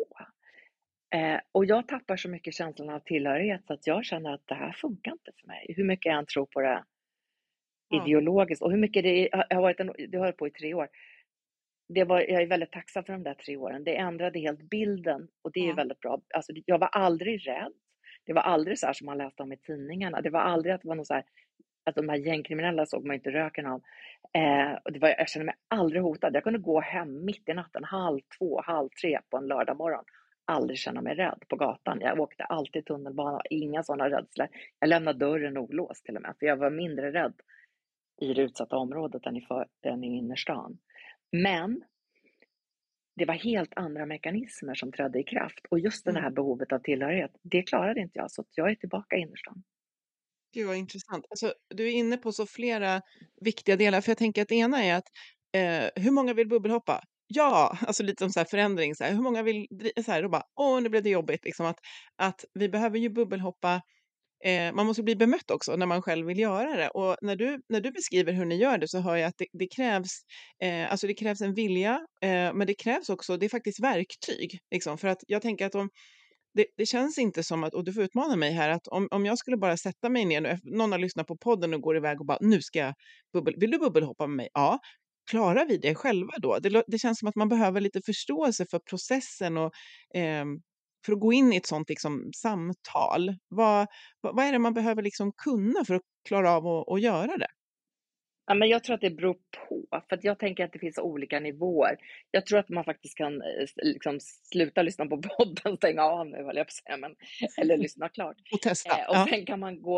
Och jag tappar så mycket känslan av tillhörighet så att jag känner att det här funkar inte för mig. Hur mycket jag än tror på det ideologiskt och hur mycket det har varit, det har hållit på i 3 år. Jag är väldigt tacksam för de där 3 åren. Det ändrade helt bilden och det är väldigt bra. Alltså, jag var aldrig rädd. Det var aldrig så här som man läste om i tidningarna. Det var aldrig att det var något så här, att de här gängkriminella såg man inte röken av. Och jag kände mig aldrig hotad. Jag kunde gå hem mitt i natten, 2:30, 3:30 på en lördag morgon. Aldrig känna mig rädd på gatan. Jag åkte alltid tunnelbana, inga sådana rädslor. Jag lämnade dörren olåst till och med, för jag var mindre rädd i det utsatta området än i innerstan. Men det var helt andra mekanismer som trädde i kraft. Och just det här behovet av tillhörighet, det klarade inte jag. Så jag är tillbaka i innerstan. Gud vad intressant. Alltså, du är inne på så flera viktiga delar. För jag tänker att det ena är att hur många vill bubbelhoppa? Ja, alltså lite som så här förändring. Så här. Hur många vill så här, då bara, nu blev det jobbigt. Liksom att vi behöver ju bubbelhoppa. Man måste bli bemött också när man själv vill göra det. Och när du beskriver hur ni gör det så hör jag att det krävs, alltså det krävs en vilja. Men det krävs också, det är faktiskt verktyg. Liksom, för att jag tänker att det känns inte som att, och du får utmana mig här, att om jag skulle bara sätta mig ner nu, någon har lyssnat på podden och går iväg och bara, nu ska jag vill du bubbelhoppa med mig? Ja. Klarar vi det själva då? Det känns som att man behöver lite förståelse för processen och för att gå in i ett sånt liksom, samtal. Vad är det man behöver liksom kunna för att klara av att göra det? Ja, men jag tror att det beror på, för att jag tänker att det finns olika nivåer. Jag tror att man faktiskt kan liksom sluta lyssna på podden, stänga av nu, eller eller lyssna klart. Och testa. Och sen kan man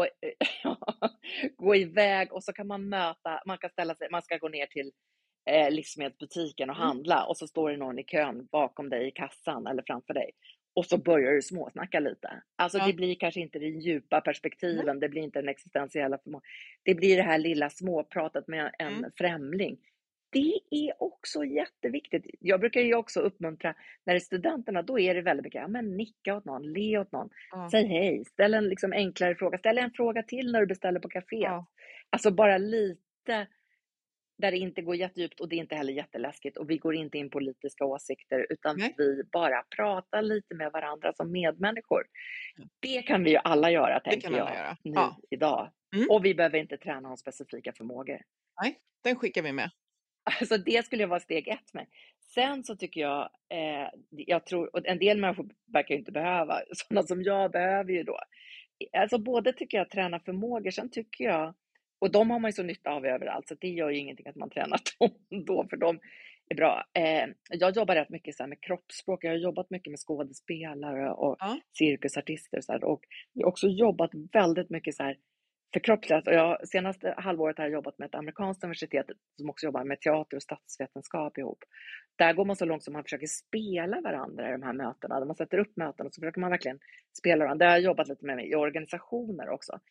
gå iväg och så kan man möta, man ska gå ner till livsmedelsbutiken och handla och så står det någon i kön bakom dig i kassan eller framför dig. Och så börjar du småsnacka lite. Alltså det blir kanske inte den djupa perspektiven, det blir inte den existentiella förmågan. Det blir det här lilla småpratet med en främling. Det är också jätteviktigt. Jag brukar ju också uppmuntra, när det är studenterna, då är det väldigt mycket, men nicka åt någon, le åt någon, säg hej, ställ en liksom enklare fråga, ställ en fråga till när du beställer på kaféet. Alltså bara lite där det inte går jättedjupt och det är inte heller jätteläskigt och vi går inte in politiska åsikter utan vi bara pratar lite med varandra som medmänniskor. Det kan vi ju alla göra, tänker jag, nu idag. Och vi behöver inte träna om specifika förmågor. Nej, den skickar vi med. Alltså det skulle vara steg 1 med. Sen så tycker jag tror, och en del människor verkar ju inte behöva, sådana som jag behöver ju då. Alltså både tycker jag träna förmågor, sen tycker jag, och de har man ju så nytta av överallt, så det gör ju ingenting att man tränar dem då, för de är bra. Jag jobbar rätt mycket så här med kroppsspråk, jag har jobbat mycket med skådespelare och cirkusartister så här, och jag har också jobbat väldigt mycket så här förkroppsligat. Och senaste halvåret har jag jobbat med ett amerikanskt universitet som också jobbar med teater och statsvetenskap ihop. Där går man så långt som man försöker spela varandra i de här mötena. Där man sätter upp möten och så försöker man verkligen spela varandra. Det har jag jobbat lite med i organisationer också.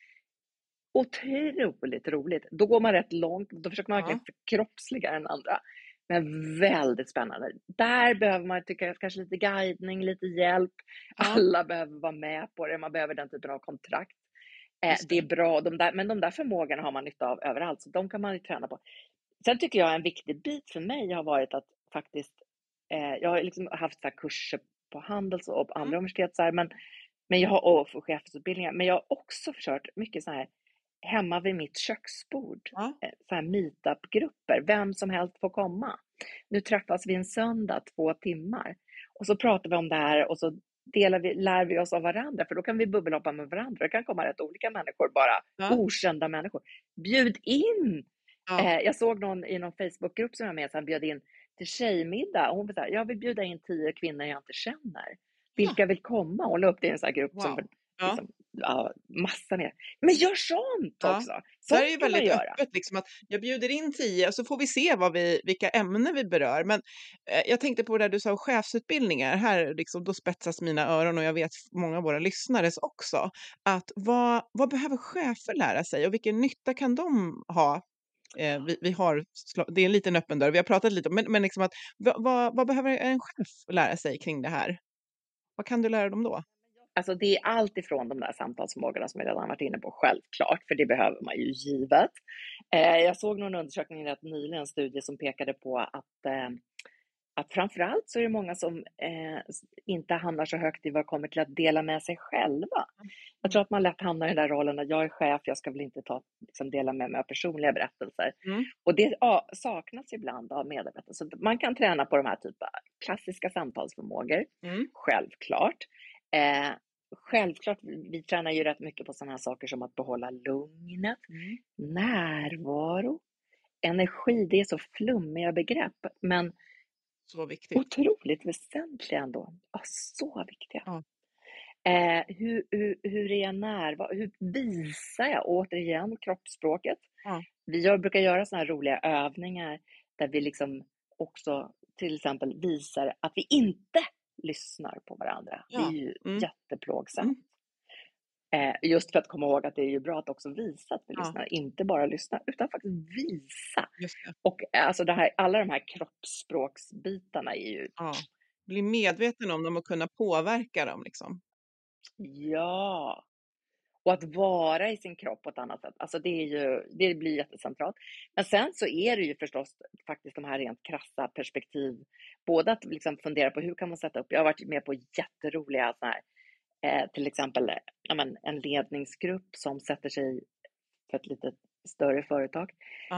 Otroligt roligt. Då går man rätt långt. Då försöker man verkligen förkroppsliga den andra. Men väldigt spännande. Där behöver man tycka kanske lite guidning, lite hjälp. Alla behöver vara med på det. Man behöver den typen av kontrakt. Det är bra. Men de där förmågorna har man nytta av överallt. Så de kan man ju träna på. Sen tycker jag en viktig bit för mig har varit att faktiskt. Jag har liksom haft så här kurser på Handels och på andra universitet. Så här, men jag har och chefsutbildningar. Men jag har också försökt mycket så här. Hemma vid mitt köksbord, så här meetup-grupper, vem som helst får komma. Nu träffas vi en söndag 2 timmar och så pratar vi om det här och så lär vi oss av varandra, för då kan vi bubbelhoppa med varandra. Det kan komma rätt olika människor, bara okända människor. Bjud in! Jag såg någon i någon Facebookgrupp som jag med, som bjöd in till tjejmiddag och hon sa, jag vill bjuda in 10 kvinnor jag inte känner. Vilka vill komma? Och la upp det i en sån här grupp som liksom, massa mer. Men gör sånt också. Så det är ju väldigt öppet liksom, att jag bjuder in 10 och så får vi se vilka ämnen vi berör. Men jag tänkte på det där du sa, chefsutbildningar. Här liksom, då spetsas mina öron och jag vet många av våra lyssnares också. Att vad behöver chefer lära sig och vilken nytta kan de ha? Vi har, det är en liten öppen dörr, vi har pratat lite om, men liksom att vad behöver en chef lära sig kring det här? Vad kan du lära dem då? Alltså det är allt ifrån de där samtalsförmågorna som jag redan varit inne på, självklart, för det behöver man ju givet. Jag såg någon undersökning rätt nyligen, en studie som pekade på att framförallt så är det många som inte hamnar så högt i vad kommer till att dela med sig själva. Jag tror att man lätt hamnar i den där rollen att jag är chef, jag ska väl inte dela med mig av personliga berättelser. Och det saknas ibland av medarbetare. Så man kan träna på de här typen av klassiska samtalsförmågor, självklart. Självklart, vi tränar ju rätt mycket på sådana här saker som att behålla lugnet, närvaro, energi. Det är så flummiga begrepp, men Så viktigt. otroligt väsentliga ändå. Ja, så viktiga. Ja. Hur är jag närvarande? Hur visar jag återigen kroppsspråket? Ja. Vi brukar göra såna här roliga övningar där vi liksom också till exempel visar att vi inte lyssnar på varandra. Det är ju jätteplågsamt. Just för att komma ihåg att det är ju bra att också visa att vi lyssnar. Inte bara lyssna, utan faktiskt visa. Just det. Och alltså alla de här kroppsspråksbitarna är ju... Bli medveten om dem och kunna påverka dem liksom. Ja. Och att vara i sin kropp på ett annat sätt. Alltså det blir jättecentralt. Men sen så är det ju förstås faktiskt de här rent krassa perspektiv. Både att liksom fundera på hur kan man sätta upp. Jag har varit med på jätteroliga så här, till exempel en ledningsgrupp som sätter sig för ett lite större företag.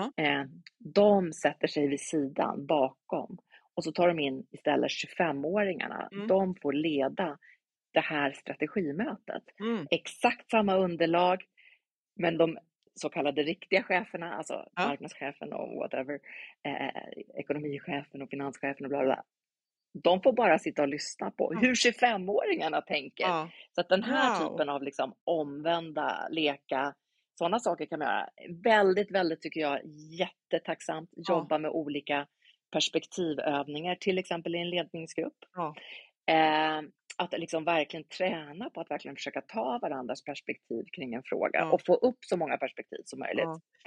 De sätter sig vid sidan bakom. Och så tar de in istället 25-åringarna. De får leda det här strategimötet. Exakt samma underlag, men de så kallade riktiga cheferna, alltså marknadschefen och whatever, ekonomichefen och finanschefen och bla bla, de får bara sitta och lyssna på hur 25-åringarna tänker. Så att den här typen av liksom omvända leka, sådana saker kan man göra. Väldigt, väldigt tycker jag jättetacksamt. Jobba med olika perspektivövningar, till exempel i en ledningsgrupp. Att liksom verkligen träna på att verkligen försöka ta varandras perspektiv kring en fråga och få upp så många perspektiv som möjligt.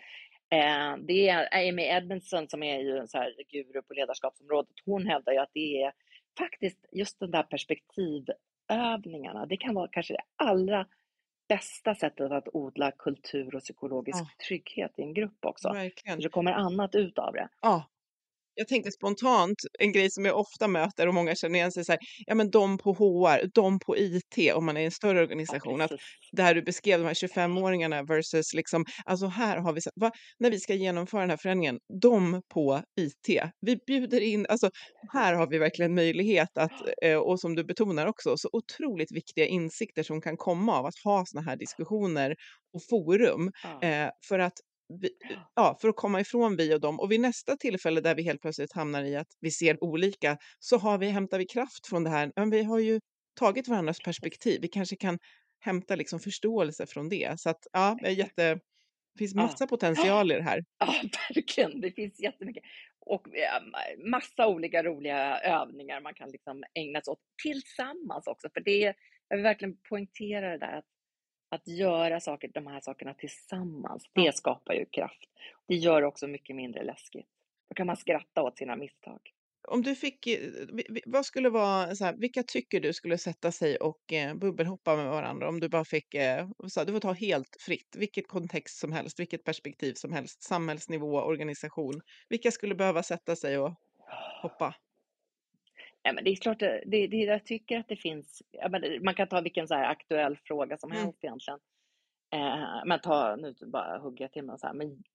Det är Amy Edmondson som är ju en så här guru på ledarskapsområdet. Hon hävdar ju att det är faktiskt just den där perspektivövningarna. Det kan vara kanske det allra bästa sättet att odla kultur och psykologisk trygghet i en grupp också. Verkligen. Så det kommer annat ut av det. Jag tänkte spontant, en grej som jag ofta möter och många känner igen sig så här, ja men de på HR, de på IT, om man är en större organisation, att där du beskrev de här 25-åringarna versus liksom, alltså här har vi, när vi ska genomföra den här förändringen, de på IT, vi bjuder in, alltså här har vi verkligen möjlighet att, och som du betonar också, så otroligt viktiga insikter som kan komma av att ha såna här diskussioner och forum, för att för att komma ifrån vi och dem. Och vid nästa tillfälle där vi helt plötsligt hamnar i att vi ser olika, så hämtar vi kraft från det här. Men vi har ju tagit varandras perspektiv. Vi kanske kan hämta liksom förståelse från det. Så att det finns massa potential i det här. Ja, verkligen. Det finns jättemycket. Och massa olika roliga övningar man kan liksom ägna sig åt tillsammans också. För jag vill verkligen poängtera det där att göra de här sakerna tillsammans, det skapar ju kraft. Det gör också mycket mindre läskigt. Då kan man skratta åt sina misstag. Om du fick, vad skulle vara, så här, vilka tycker du skulle sätta sig och bubbelhoppa med varandra? Om du bara fick, du får ta helt fritt, vilket kontext som helst, vilket perspektiv som helst, samhällsnivå, organisation. Vilka skulle behöva sätta sig och hoppa? Ja, men det är klart, jag tycker att det finns, man kan ta vilken så här aktuell fråga som helst egentligen. Men nu bara hugga till mig så här, men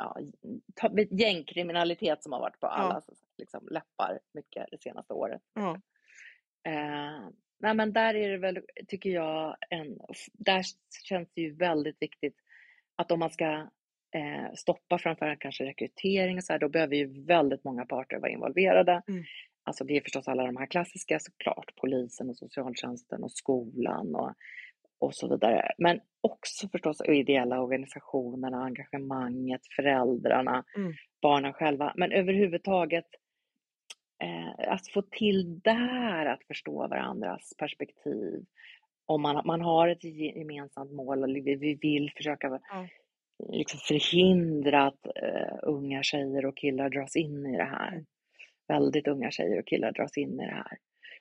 gängkriminalitet som har varit på alla liksom, läppar mycket det senaste året. Nej, men där är det väl, tycker jag, där känns det ju väldigt viktigt att om man ska stoppa framförallt kanske rekrytering och så här, då behöver ju väldigt många parter vara involverade. Alltså det är förstås alla de här klassiska, såklart, polisen och socialtjänsten och skolan och så vidare. Men också förstås ideella organisationerna, engagemanget, föräldrarna, barnen själva. Men överhuvudtaget att få till där att förstå varandras perspektiv. Om man har ett gemensamt mål och vi vill försöka liksom förhindra att unga tjejer och killar dras in i det här. Väldigt unga tjejer och killar dras in i det här.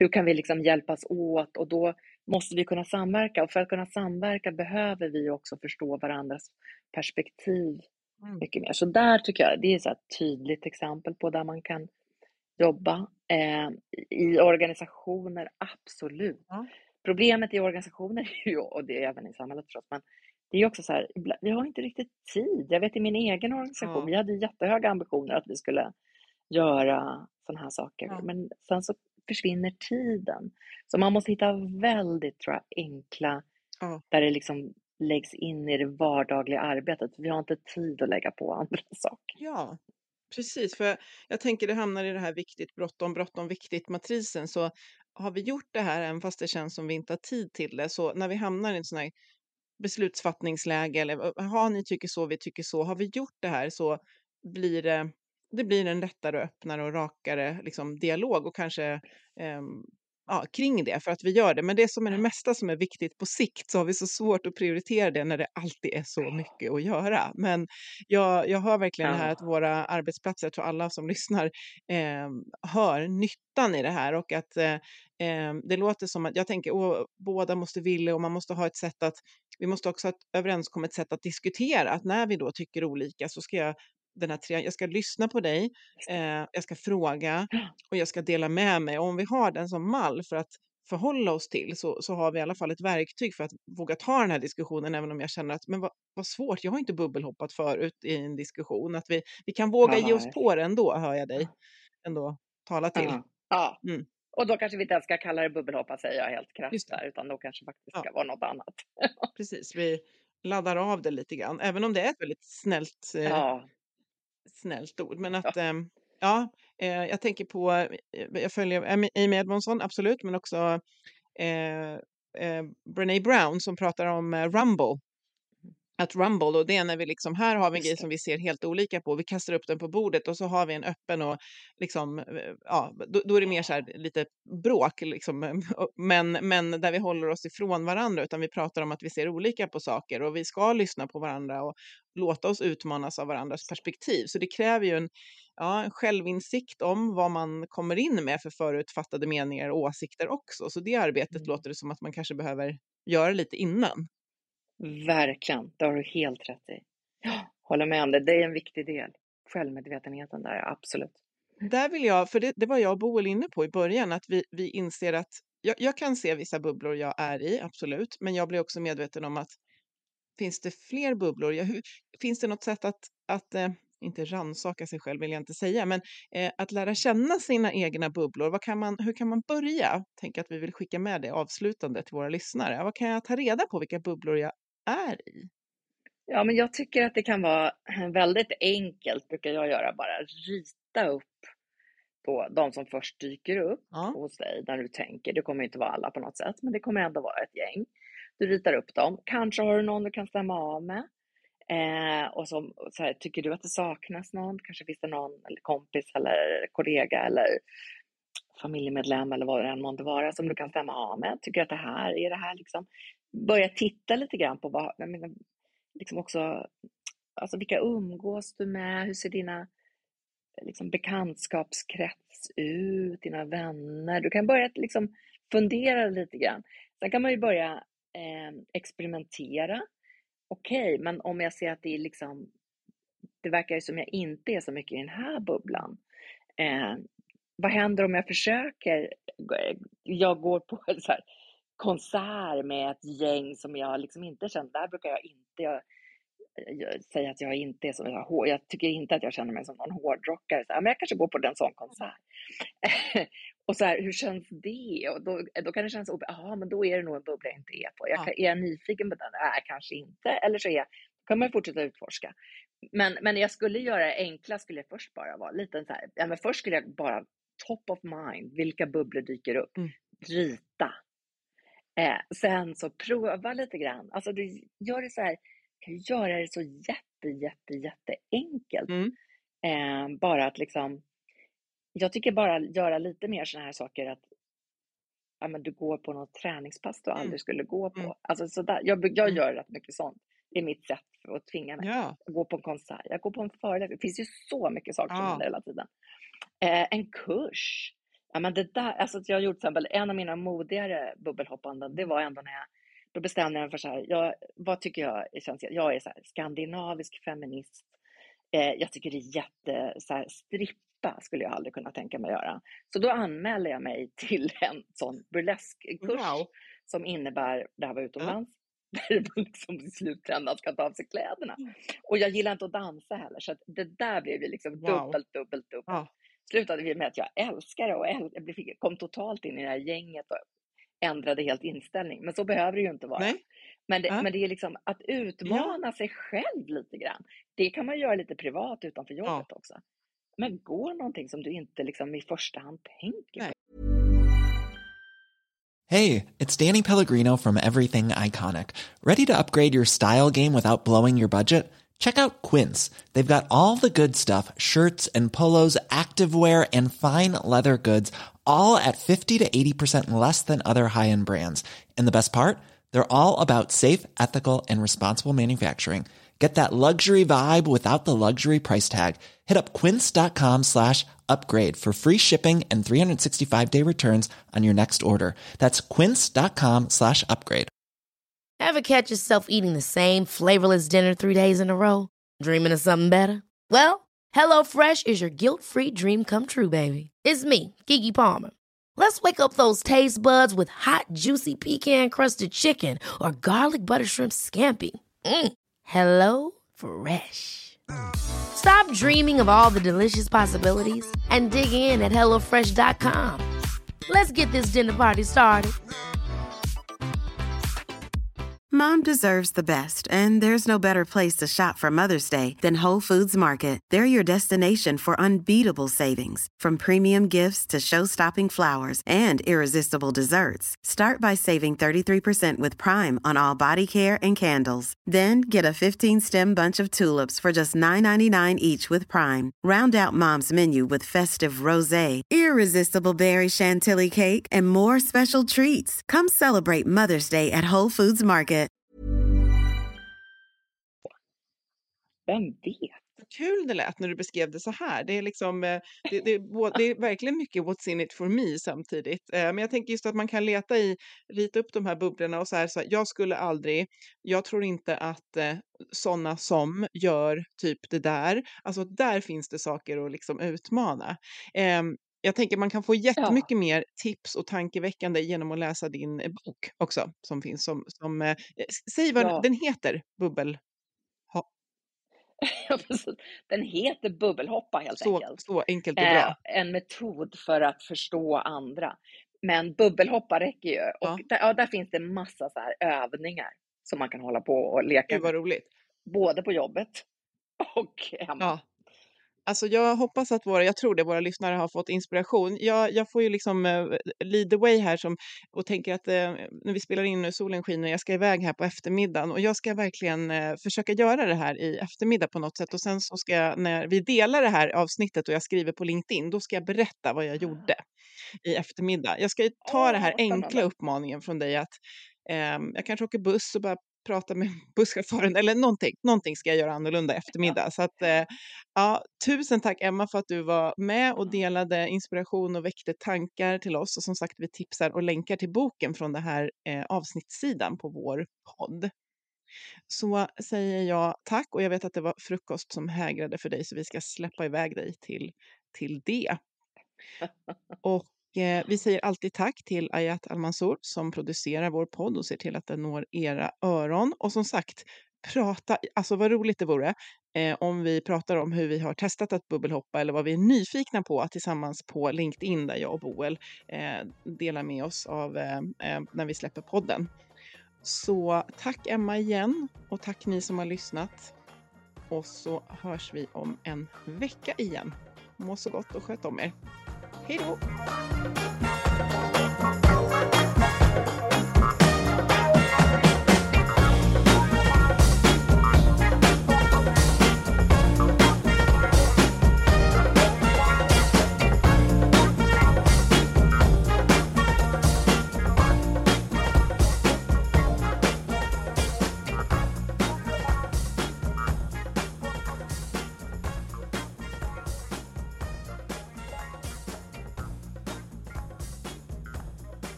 hur kan vi liksom hjälpas åt? Och då måste vi kunna samverka. Och för att kunna samverka behöver vi också förstå varandras perspektiv mycket mer. Så där tycker jag, det är så ett tydligt exempel på där man kan jobba. I organisationer, absolut. Ja. Problemet i organisationer är ju, och det är även i samhället förstås, men det är också så här, vi har inte riktigt tid. Jag vet i min egen organisation, vi hade jättehöga ambitioner att vi skulle göra sådana här saker. Men sen så försvinner tiden. Så man måste hitta väldigt, tror jag, enkla, där det liksom läggs in i det vardagliga arbetet. Vi har inte tid att lägga på andra saker. Ja, precis. För jag tänker det hamnar i det här viktigt, bråttom, viktigt matrisen. Så har vi gjort det här, även fast det känns som vi inte har tid till det. Så när vi hamnar i en sån här beslutsfattningsläge, eller ni tycker så, vi tycker så. Har vi gjort det här så blir det blir en lättare, öppnare och rakare liksom, dialog och kanske kring det för att vi gör det. Men det som är det mesta som är viktigt på sikt så har vi så svårt att prioritera det när det alltid är så mycket att göra. Men jag hör verkligen det här att våra arbetsplatser, jag tror alla som lyssnar hör nyttan i det här och att det låter som att jag tänker båda måste vilja och man måste ha ett sätt att vi måste också ha ett överenskommet sätt att diskutera att när vi då tycker olika så ska jag ska lyssna på dig, jag ska fråga och jag ska dela med mig. Och om vi har den som mall för att förhålla oss till så har vi i alla fall ett verktyg för att våga ta den här diskussionen, även om jag känner att men vad svårt, jag har inte bubbelhoppat förut i en diskussion. Att vi kan våga ge oss på det ändå, hör jag dig ändå tala till. Ja. Och då kanske vi inte ens ska kalla det bubbelhoppa, säger jag helt krasst där, utan då kanske faktiskt ska vara något annat. Precis, vi laddar av det lite grann, även om det är ett väldigt snällt ord. Men att, jag tänker på, jag följer Amy Edmondson, absolut, men också Brené Brown som pratar om Rumble. Att Rumble, och det är när vi liksom, här har vi en grej som vi ser helt olika på, vi kastar upp den på bordet och så har vi en öppen och liksom, då är det mer så här lite bråk liksom, men där vi håller oss ifrån varandra, utan vi pratar om att vi ser olika på saker och vi ska lyssna på varandra och låta oss utmanas av varandras perspektiv. Så det kräver ju en självinsikt om vad man kommer in med för förutfattade meningar och åsikter också. Så det arbetet låter det som att man kanske behöver göra lite innan. Verkligen, det har du helt rätt i. Håller med om det, det är en viktig del. Självmedvetenheten där, absolut. Där vill jag, för det var jag och Boel inne på i början, att vi inser att jag kan se vissa bubblor jag är i, absolut. Men jag blir också medveten om att finns det fler bubblor? Finns det något sätt att inte rannsaka sig själv vill jag inte säga, men att lära känna sina egna bubblor. Hur kan man börja? Tänk att vi vill skicka med det avslutande till våra lyssnare. Vad kan jag ta reda på vilka bubblor jag är i? Ja, men jag tycker att det kan vara väldigt enkelt, brukar jag göra, bara rita upp på de som först dyker upp hos dig när du tänker. Det kommer inte vara alla på något sätt, men det kommer ändå vara ett gäng. Du ritar upp dem. Kanske har du någon du kan stämma av med. Och så här, tycker du att det saknas någon? Kanske finns det någon eller kompis eller kollega eller familjemedlem eller vad det än måste vara som du kan stämma av med. Tycker att det här liksom. Börja titta lite grann på vad, liksom också, alltså vilka umgås du med? Hur ser dina liksom bekantskapskrets ut? Dina vänner? Du kan börja liksom fundera lite grann. Sen kan man ju börja experimentera. Okej, men om jag ser att det är liksom, det verkar ju som jag inte är så mycket i den här bubblan. Vad händer om jag försöker? Jag går på en så här konsert med ett gäng som jag liksom inte känner. Där brukar jag inte säga att jag inte är som jag tycker inte att jag känner mig som någon hårdrockare. Så här, men jag kanske går på en sån konsert. Och så här, hur känns det? Och då kan det kännas, men då är det nog en bubbla jag inte är på. Är jag nyfiken på den? Nej, kanske inte. Eller så kan man fortsätta utforska. Men jag skulle göra det enkla, skulle jag först bara vara lite så här. Men först skulle jag bara top of mind. Vilka bubblor dyker upp? Rita. Sen så prova lite grann. Alltså du gör det så här. Kan göra det så jätte enkelt. Bara att liksom, jag tycker bara göra lite mer såna här saker att men du går på något träningspass du aldrig skulle gå på. Alltså sådär. Jag gör rätt mycket sånt. Det är mitt sätt för att tvinga mig. Jag går på en konsert, jag går på en föreläsning. Det finns ju så mycket saker som händer hela tiden. En kurs. Ja, men det där, alltså jag har gjort till exempel en av mina modigare bubbelhoppanden, det var ändå när då bestämde jag mig för så här, vad tycker jag känns, jag är så här skandinavisk feminist, jag tycker det är så här, strippa skulle jag aldrig kunna tänka mig göra. Så då anmälde jag mig till en sån burleskkurs som innebär, det här var utomlands, där man liksom i slutändan ska ta av sig kläderna. Och jag gillar inte att dansa heller, så att det där blev ju liksom dubbelt. Slutade vi med att jag älskar det och jag kom totalt in i det här gänget och ändrade helt inställning. Men så behöver det ju inte vara. Nej. Men det är liksom att utmana sig själv lite grann. Det kan man göra lite privat utanför jobbet också. Men går någonting som du inte liksom i första hand tänker på. Hey, it's Danny Pellegrino from Everything Iconic. Ready to upgrade your style game without blowing your budget? Check out Quince. They've got all the good stuff, shirts and polos, activewear and fine leather goods, all at 50 to 80% less than other high-end brands. And the best part? They're all about safe, ethical, and responsible manufacturing. Get that luxury vibe without the luxury price tag. Hit up quince.com/upgrade for free shipping and 365-day returns on your next order. That's quince.com/upgrade. Ever catch yourself eating the same flavorless dinner 3 days in a row? Dreaming of something better? Well, HelloFresh is your guilt-free dream come true, baby. It's me, Keke Palmer. Let's wake up those taste buds with hot, juicy pecan-crusted chicken or garlic butter shrimp scampi. Hello Fresh. Stop dreaming of all the delicious possibilities and dig in at HelloFresh.com. Let's get this dinner party started. Mom deserves the best, and there's no better place to shop for Mother's Day than Whole Foods Market. They're your destination for unbeatable savings, from premium gifts to show-stopping flowers and irresistible desserts. Start by saving 33% with Prime on all body care and candles. Then get a 15-stem bunch of tulips for just $9.99 each with Prime. Round out Mom's menu with festive rosé, irresistible berry chantilly cake, and more special treats. Come celebrate Mother's Day at Whole Foods Market. Vem vet? Kul det lät när du beskrev det så här. Det är liksom, det är verkligen mycket what's in it for me samtidigt. Men jag tänker just att man kan rita upp de här bubblorna och så här, jag tror inte att sådana som gör typ det där, alltså där finns det saker att liksom utmana. Jag tänker man kan få jättemycket mer tips och tankeväckande genom att läsa din bok också, som finns säg vad den heter, bubbel. Den heter bubbelhoppa helt enkelt. Så enkelt och bra. En metod för att förstå andra. Men bubbelhoppa räcker ju. Och där finns det massa så här övningar som man kan hålla på och leka med. Vad roligt. Både på jobbet och hemma. Ja. Alltså jag hoppas att våra lyssnare har fått inspiration. Jag får ju liksom lead the way här och tänker att när vi spelar in nu, solen skiner, jag ska iväg här på eftermiddagen och jag ska verkligen försöka göra det här i eftermiddag på något sätt, och sen så ska jag, när vi delar det här avsnittet och jag skriver på LinkedIn, då ska jag berätta vad jag gjorde i eftermiddag. Jag ska ju ta det här enkla uppmaningen från dig att jag kanske åker buss och bara prata med busschauffören eller någonting ska jag göra annorlunda eftermiddag. Så att tusen tack Emma för att du var med och delade inspiration och väckte tankar till oss, och som sagt vi tipsar och länkar till boken från det här avsnittssidan på vår podd. Så säger jag tack, och jag vet att det var frukost som hägrade för dig, så vi ska släppa iväg dig till det. Och vi säger alltid tack till Ayat Almansour som producerar vår podd och ser till att den når era öron. Och som sagt, alltså vad roligt det vore om vi pratar om hur vi har testat att bubbelhoppa eller vad vi är nyfikna på tillsammans på LinkedIn, där jag och Boel delar med oss av när vi släpper podden. Så tack Emma igen, och tack ni som har lyssnat. Och så hörs vi om en vecka igen. Må så gott och sköt om er. Hej då!